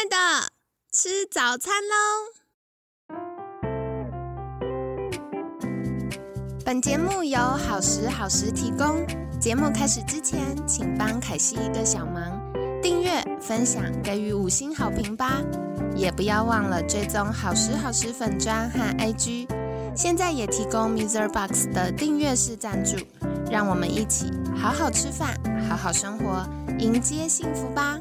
的，吃早餐喽！本节目由好时好时提供。节目开始之前，请帮凯西一个小忙，订阅、分享、给予5星好评吧！也不要忘了追踪好时好时粉专和 IG。现在也提供 MixerBox 的订阅式赞助，让我们一起好好吃饭，好好生活，迎接幸福吧！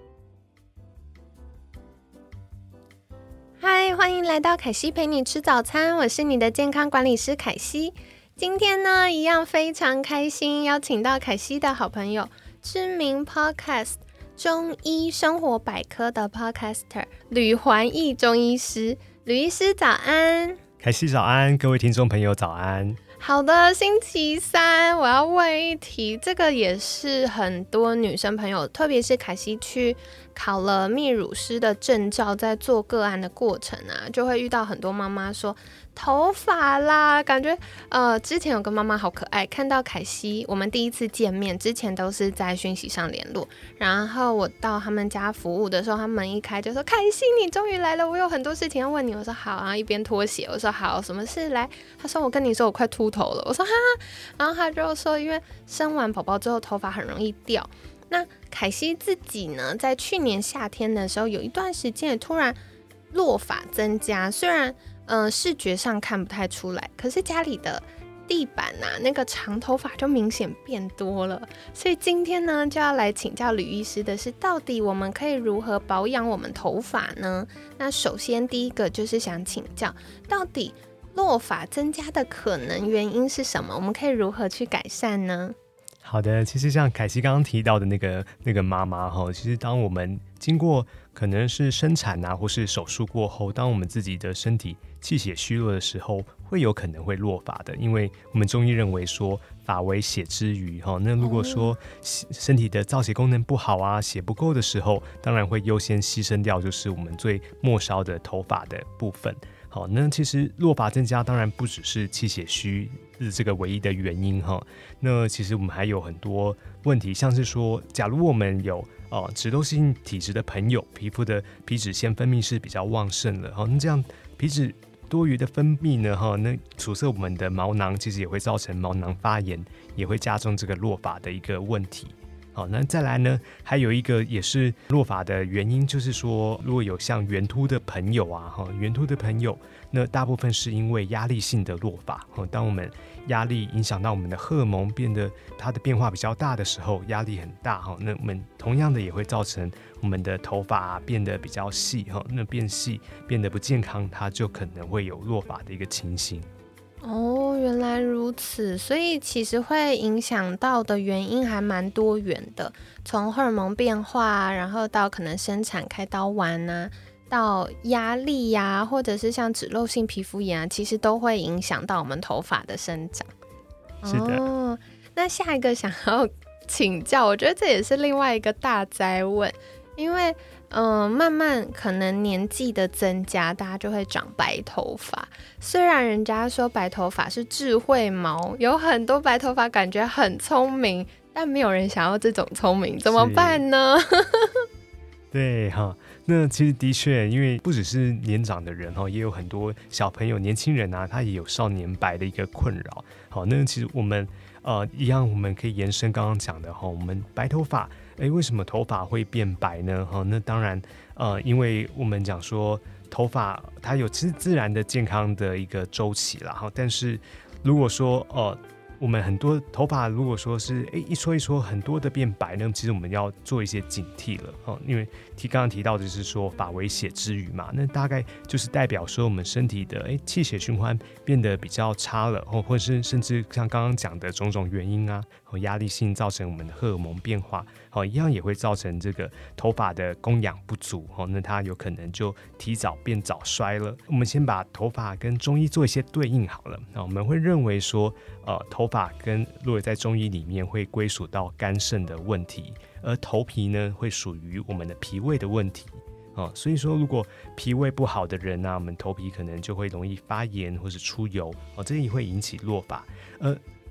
嗨，欢迎来到凯西陪你吃早餐，我是你的健康管理师凯西。今天呢，一样非常开心，邀请到凯西的好朋友，知名 Podcast 中医生活百科的 Podcaster 吕环义中医师。吕医师早安。 凯西早安，各位听众朋友早安。 好的，星期三我要问一题，这个也是很多女生朋友，特别是凯西去考了泌乳师的证照，在做个案的过程啊，就会遇到很多妈妈说头发啦，感觉之前有个妈妈好可爱，看到凯西，我们第一次见面之前都是在讯息上联络，然后我到他们家服务的时候，他门一开就说凯西你终于来了，我有很多事情要问你。我说好啊，一边脱鞋，我说好，什么事来？他说我跟你说我快秃头了。我说哈，然后他就说因为生完宝宝之后头发很容易掉。那凯西自己呢，在去年夏天的时候，有一段时间也突然落发增加，虽然视觉上看不太出来，可是家里的地板啊，那个长头发就明显变多了。所以今天呢，就要来请教吕医师的是，到底我们可以如何保养我们头发呢？那首先第一个就是想请教，到底落发增加的可能原因是什么？我们可以如何去改善呢？ 好的，其实像凯西刚刚提到的那个妈妈哈，其实当我们经过可能是生产啊，或是手术过后，当我们自己的身体气血虚弱的时候，会有可能会落发的，因为我们中医认为说发为血之余哈，那如果说身体的造血功能不好啊，血不够的时候，当然会优先牺牲掉就是我们最末梢的头发的部分。好，那其实落发增加当然不只是气血虚是这个唯一的原因哈。那其实我们还有很多问题，像是说，假如我们有脂漏性体质的朋友，皮肤的皮脂腺分泌是比较旺盛了，那这样皮脂多余的分泌呢，那阻塞我们的毛囊，其实也会造成毛囊发炎，也会加重这个落发的一个问题。好，那再来呢，还有一个也是落发的原因，就是说，如果有像圆秃的朋友啊，圆秃的朋友，那大部分是因为压力性的落发。当我们压力影响到我们的荷尔蒙变得它的变化比较大的时候，压力很大，那我们同样的也会造成我们的头发变得比较细，那变细变得不健康，它就可能会有落发的一个情形。 哦，原来如此，所以其实会影响到的原因还蛮多元的，从荷尔蒙变化，然后到可能生产开刀完啊，到压力啊，或者是像脂漏性皮肤炎啊，其实都会影响到我们头发的生长。 是的。 哦，那下一个想要请教，我觉得这也是另外一个大哉问，因为慢慢可能年纪的增加，大家就会长白头发。虽然人家说白头发是智慧毛，有很多白头发感觉很聪明，但没有人想要这种聪明，怎么办呢？ 对哈，那其实的确，因为不只是年长的人也有很多小朋友、年轻人啊，他也有少年白的一个困扰。好，那其实我们一样，我们可以延伸刚刚讲的哈，我们白头发，为什么头发会变白呢？那当然，因为我们讲说头发它有自然的健康的一个周期啦，但是如果说我们很多头发如果说是一撮一撮很多的变白呢，其实我们要做一些警惕了，因为刚刚提到的是说发为血之余嘛，那大概就是代表说我们身体的气血循环变得比较差了，或是甚至像刚刚讲的种种原因啊，压力性造成我们的荷尔蒙变化，一样也会造成这个头发的供氧不足，那它有可能就提早变早衰了。我们先把头发跟中医做一些对应好了，我们会认为说头发跟如果在中医里面会归属到肝肾的问题，而头皮呢会属于我们的脾胃的问题。所以说如果脾胃不好的人啊，我们头皮可能就会容易发炎或是出油，这也会引起落发。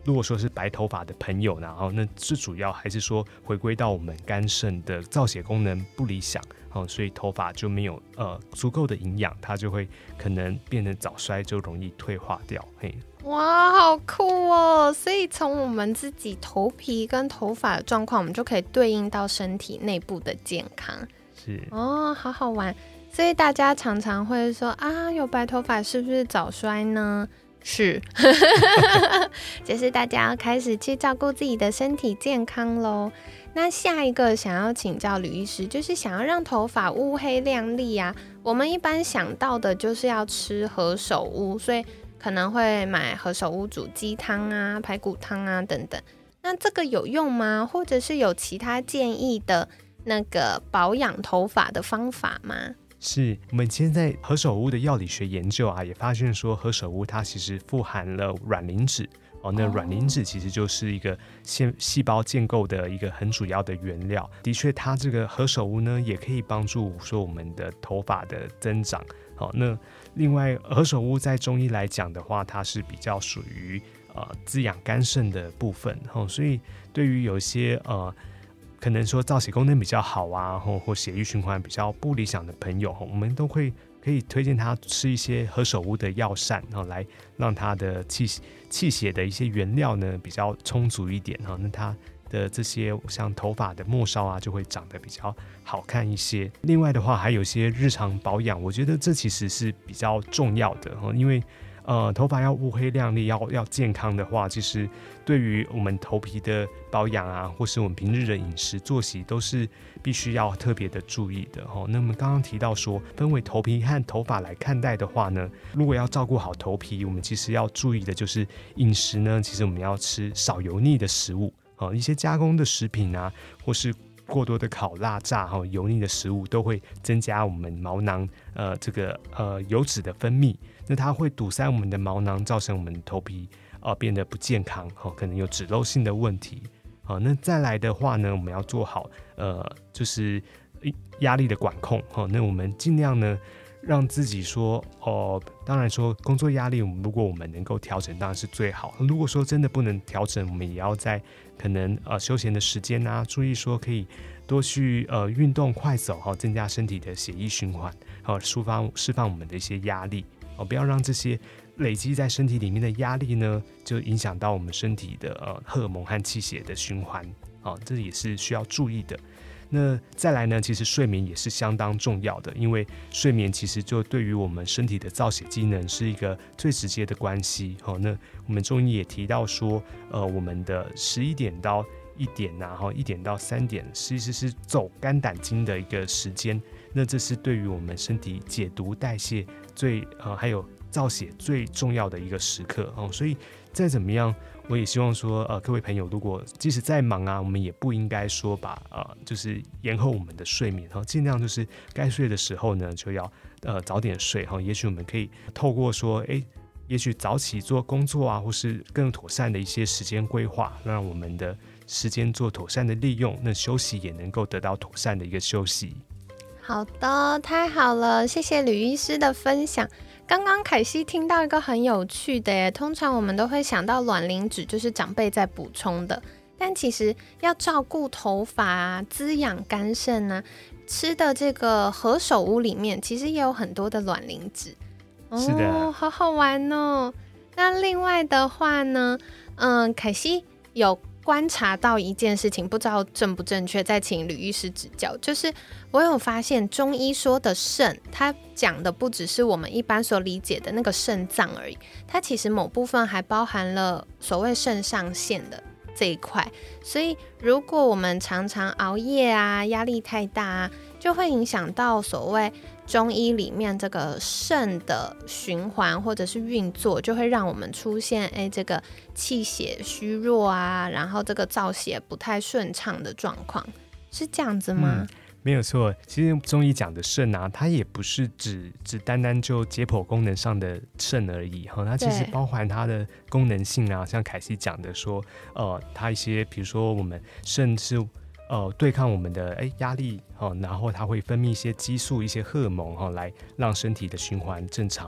如果说是白头发的朋友，然后那最主要还是说回归到我们肝肾的造血功能不理想，所以头发就没有足够的营养，它就会可能变成早衰，就容易退化掉。嘿， 哇，好酷哦！所以从我们自己头皮跟头发的状况，我们就可以对应到身体内部的健康。 是哦，好好玩。所以大家常常会说啊，有白头发是不是早衰呢？是，就是大家要开始去照顾自己的身体健康咯。那下一个想要请教吕医师，就是想要让头发乌黑亮丽啊，我们一般想到的就是要吃何首乌，所以可能会买何首乌煮鸡汤啊、排骨汤啊等等。那这个有用吗？或者是有其他建议的那个保养头发的方法吗？ 是，我们现在何首乌的药理学研究啊，也发现说何首乌它其实富含了卵磷脂那卵磷脂其实就是一个细胞建构的一个很主要的原料。的确，它这个何首乌呢，也可以帮助说我们的头发的增长。那另外何首乌在中医来讲的话，它是比较属于滋养肝肾的部分。所以对于有一些可能说造血功能比较好啊，或血液循环比较不理想的朋友，我们都可以推荐他吃一些何首乌的药膳，来让他的气血的一些原料呢比较充足一点，那他的这些像头发的末梢啊就会长得比较好看一些。另外的话，还有一些日常保养，我觉得这其实是比较重要的，因为头发要乌黑亮丽，要健康的话，其实对于我们头皮的保养啊，或是我们平日的饮食作息，都是必须要特别的注意的。那么刚刚提到说，分为头皮和头发来看待的话呢，如果要照顾好头皮，我们其实要注意的就是饮食呢，其实我们要吃少油腻的食物，一些加工的食品啊，或是过多的烤辣炸油腻的食物都会增加我们毛囊这个油脂的分泌，那它会堵塞我们的毛囊，造成我们头皮变得不健康，可能有脂漏性的问题。那再来的话呢，我们要做好就是压力的管控，那我们尽量呢让自己说当然说工作压力如果我们能够调整当然是最好，如果说真的不能调整，我们也要在可能休闲的时间啊，注意说可以多去运动快走，增加身体的血液循环，释放我们的一些压力，不要让这些累积在身体里面的压力呢就影响到我们身体的荷尔蒙和气血的循环，这也是需要注意的。那再来呢，其实睡眠也是相当重要的，因为睡眠其实就对于我们身体的造血机能是一个最直接的关系。那我们中医也提到说，我们的11点到1点啊，1点到3点其实是走肝胆经的一个时间，那这是对于我们身体解毒代谢还有造血最重要的一个时刻。所以再怎么样，我也希望说各位朋友，如果即使再忙啊，我们也不应该说把就是延后我们的睡眠，尽量就是该睡的时候呢就要早点睡。也许我们可以透过说也许早起做工作啊，或是更妥善的一些时间规划，让我们的时间做妥善的利用，那休息也能够得到妥善的一个休息。 好的，太好了，谢谢吕医师的分享。刚刚凯西听到一个很有趣的耶，通常我们都会想到卵磷脂就是长辈在补充的，但其实要照顾头发啊，滋养肝肾啊，吃的这个何首乌里面其实也有很多的卵磷脂。 是的， 好好玩哦。那另外的话呢，凯西有观察到一件事情，不知道正不正确，再请吕医师指教。就是我有发现中医说的肾，它讲的不只是我们一般所理解的那个肾脏而已，它其实某部分还包含了所谓肾上腺的这一块。所以如果我们常常熬夜啊，压力太大啊，就会影响到所谓中医里面这个肾的循环或者是运作，就会让我们出现这个气血虚弱啊，然后这个造血不太顺畅的状况，是这样子吗？ 没有错，其实中医讲的肾啊，它也不是只单单就解剖功能上的肾而已，它其实包含它的功能性啊，像凯西讲的说，它一些比如说我们肾是对抗我们的压力，然后它会分泌一些激素、一些荷尔蒙，来让身体的循环正常。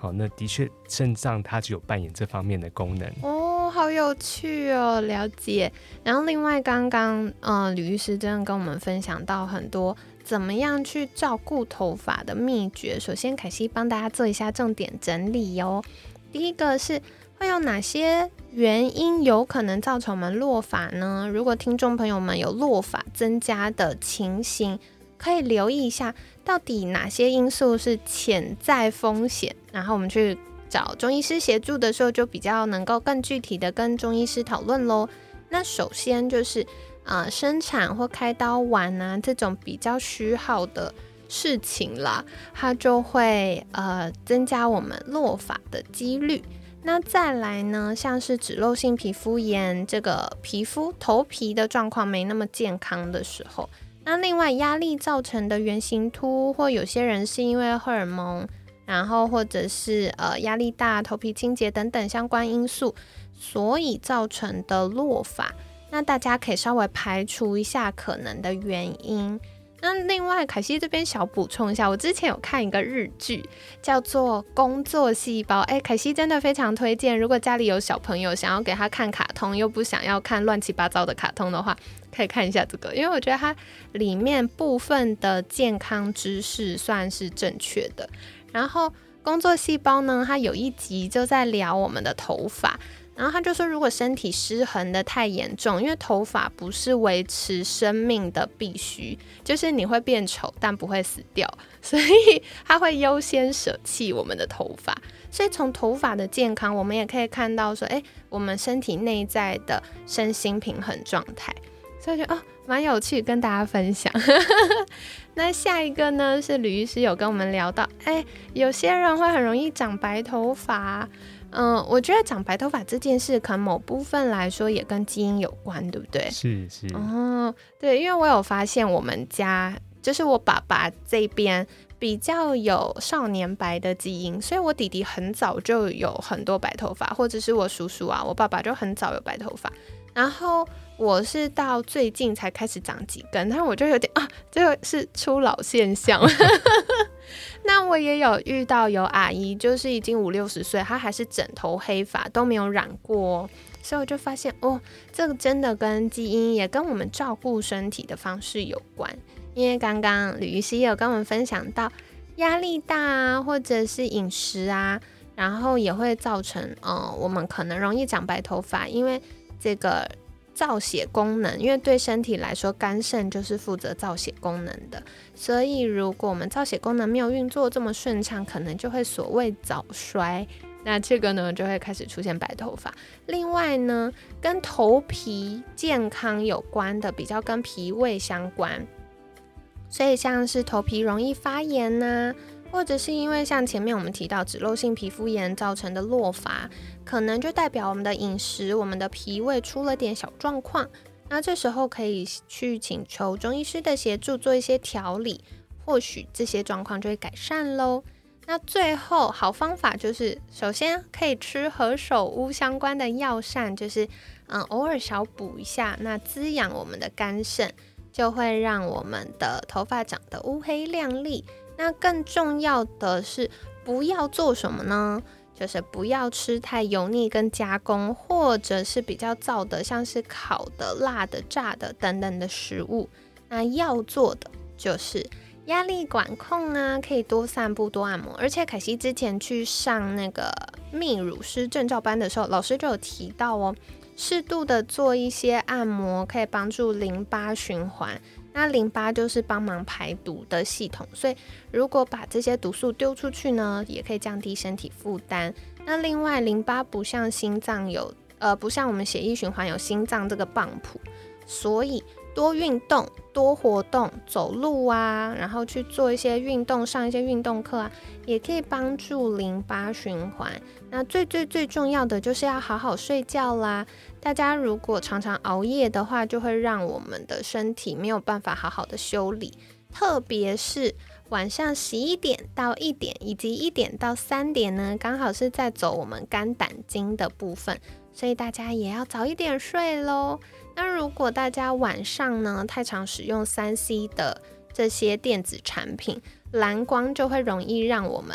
好，那的确肾脏它就有扮演这方面的功能。 哦，好有趣哦，了解。然后另外刚刚吕医师真的跟我们分享到很多怎么样去照顾头发的秘诀。首先凯西帮大家做一下重点整理哦。第一个是会有哪些原因有可能造成我们落发呢？如果听众朋友们有落发增加的情形，可以留意一下到底哪些因素是潜在风险，然后我们去找中医师协助的时候就比较能够更具体的跟中医师讨论咯。那首先就是生产或开刀完啊这种比较虚耗的事情啦，它就会增加我们落发的几率。那再来呢，像是脂漏性皮肤炎，这个皮肤头皮的状况没那么健康的时候，那另外压力造成的圆形秃，或有些人是因为荷尔蒙，然后或者是压力大、头皮清洁等等相关因素，所以造成的落发，那大家可以稍微排除一下可能的原因。那另外凯西这边小补充一下，我之前有看一个日剧叫做《工作细胞》，凯西真的非常推荐，如果家里有小朋友想要给他看卡通又不想要看乱七八糟的卡通的话，可以看一下这个，因为我觉得它里面部分的健康知识算是正确的。然后工作细胞呢，它有一集就在聊我们的头发，然后他就说如果身体失衡的太严重，因为头发不是维持生命的必须，就是你会变丑但不会死掉，所以他会优先舍弃我们的头发。所以从头发的健康我们也可以看到说我们身体内在的身心平衡状态，所以就蛮有趣跟大家分享那下一个呢是吕医师有跟我们聊到有些人会很容易长白头发，我觉得长白头发这件事可能某部分来说也跟基因有关，对不对？ 是对，因为我有发现我们家就是我爸爸这边比较有少年白的基因，所以我弟弟很早就有很多白头发，或者是我叔叔啊，我爸爸就很早有白头发，然后我是到最近才开始长几根，但是我就有点这个是初老现象那我也有遇到有阿姨就是已经50-60岁，她还是整头黑发都没有染过所以我就发现这个真的跟基因也跟我们照顾身体的方式有关。因为刚刚吕医师也有跟我们分享到压力大啊，或者是饮食啊，然后也会造成我们可能容易长白头发，因为这个造血功能，因为对身体来说肝肾就是负责造血功能的，所以如果我们造血功能没有运作这么顺畅，可能就会所谓早衰，那这个呢就会开始出现白头发。另外呢跟头皮健康有关的比较跟脾胃相关，所以像是头皮容易发炎啊，或者是因为像前面我们提到脂漏性皮肤炎造成的落发，可能就代表我们的饮食，我们的脾胃出了点小状况，那这时候可以去请求中医师的协助做一些调理，或许这些状况就会改善咯。那最后好方法就是首先可以吃何首乌相关的药膳，就是偶尔小补一下，那滋养我们的肝肾，就会让我们的头发长得乌黑亮丽。那更重要的是不要做什么呢？就是不要吃太油腻跟加工，或者是比较燥的，像是烤的、辣的、炸的等等的食物。那要做的就是压力管控啊，可以多散步多按摩。而且凯西之前去上那个泌乳师证照班的时候，老师就有提到适度的做一些按摩可以帮助淋巴循环，那淋巴就是帮忙排毒的系统，所以如果把这些毒素丢出去呢，也可以降低身体负担。那另外淋巴不像心脏不像我们血液循环有心脏这个泵浦，所以多运动多活动，走路啊，然后去做一些运动，上一些运动课啊，也可以帮助淋巴循环。那最重要的就是要好好睡觉啦。大家如果常常熬夜的话，就会让我们的身体没有办法好好的修理，特别是晚上11点到1点以及1点到3点呢，刚好是在走我们肝胆经的部分，所以大家也要早一点睡咯。那如果大家晚上呢太常使用3C 的这些电子产品，蓝光就会容易让我们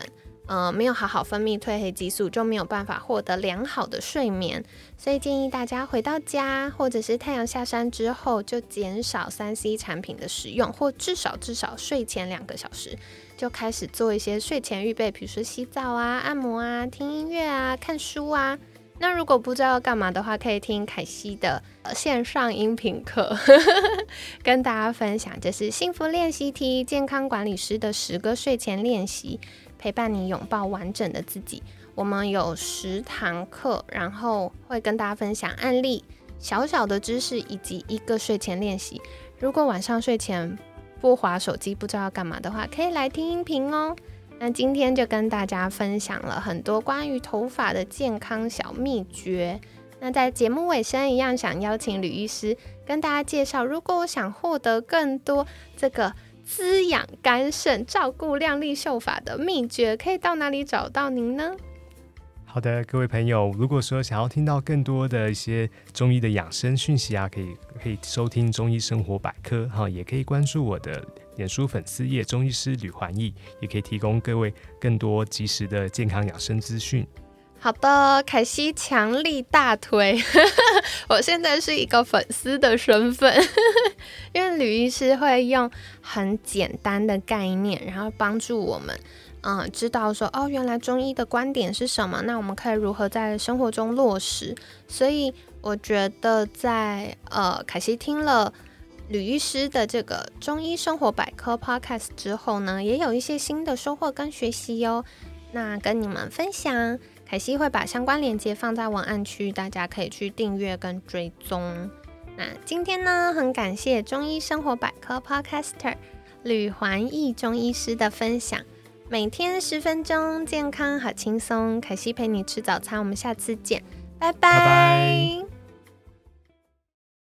没有好好分泌褪黑激素，就没有办法获得良好的睡眠。所以建议大家回到家或者是太阳下山之后，就减少3C 产品的使用，或至少睡前2个小时就开始做一些睡前预备，比如说洗澡啊、按摩啊、听音乐啊、看书啊。那如果不知道要干嘛的话，可以听凯西的线上音频课跟大家分享，就是幸福练习题健康管理师的10个睡前练习，陪伴你拥抱完整的自己。我们有10堂课，然后会跟大家分享案例、小小的知识以及1个睡前练习。如果晚上睡前不滑手机不知道要干嘛的话，可以来听音频哦。那今天就跟大家分享了很多关于头发的健康小秘诀。那在节目尾声一样，想邀请吕医师跟大家介绍，如果我想获得更多这个滋养肝肾、照顾亮丽秀发的秘诀，可以到哪里找到您呢？ 好的，各位朋友，如果说想要听到更多的一些中医的养生讯息啊，可以收听中医生活百科哈，也可以关注我的脸书粉丝页中医师吕环义，也可以提供各位更多及时的健康养生资讯。 好的，凯西强力大推我现在是一个粉丝的身份因为吕医师会用很简单的概念，然后帮助我们知道说原来中医的观点是什么，那我们可以如何在生活中落实。所以我觉得在凯西听了吕医师的这个中医生活百科 podcast 之后呢，也有一些新的收获跟学习哦。那跟你们分享，凯西会把相关链接放在文案区，大家可以去订阅跟追踪。那今天呢，很感谢中医生活百科 podcaster 吕环义中医师的分享。每天10分钟，健康好轻松。凯西陪你吃早餐，我们下次见，拜拜。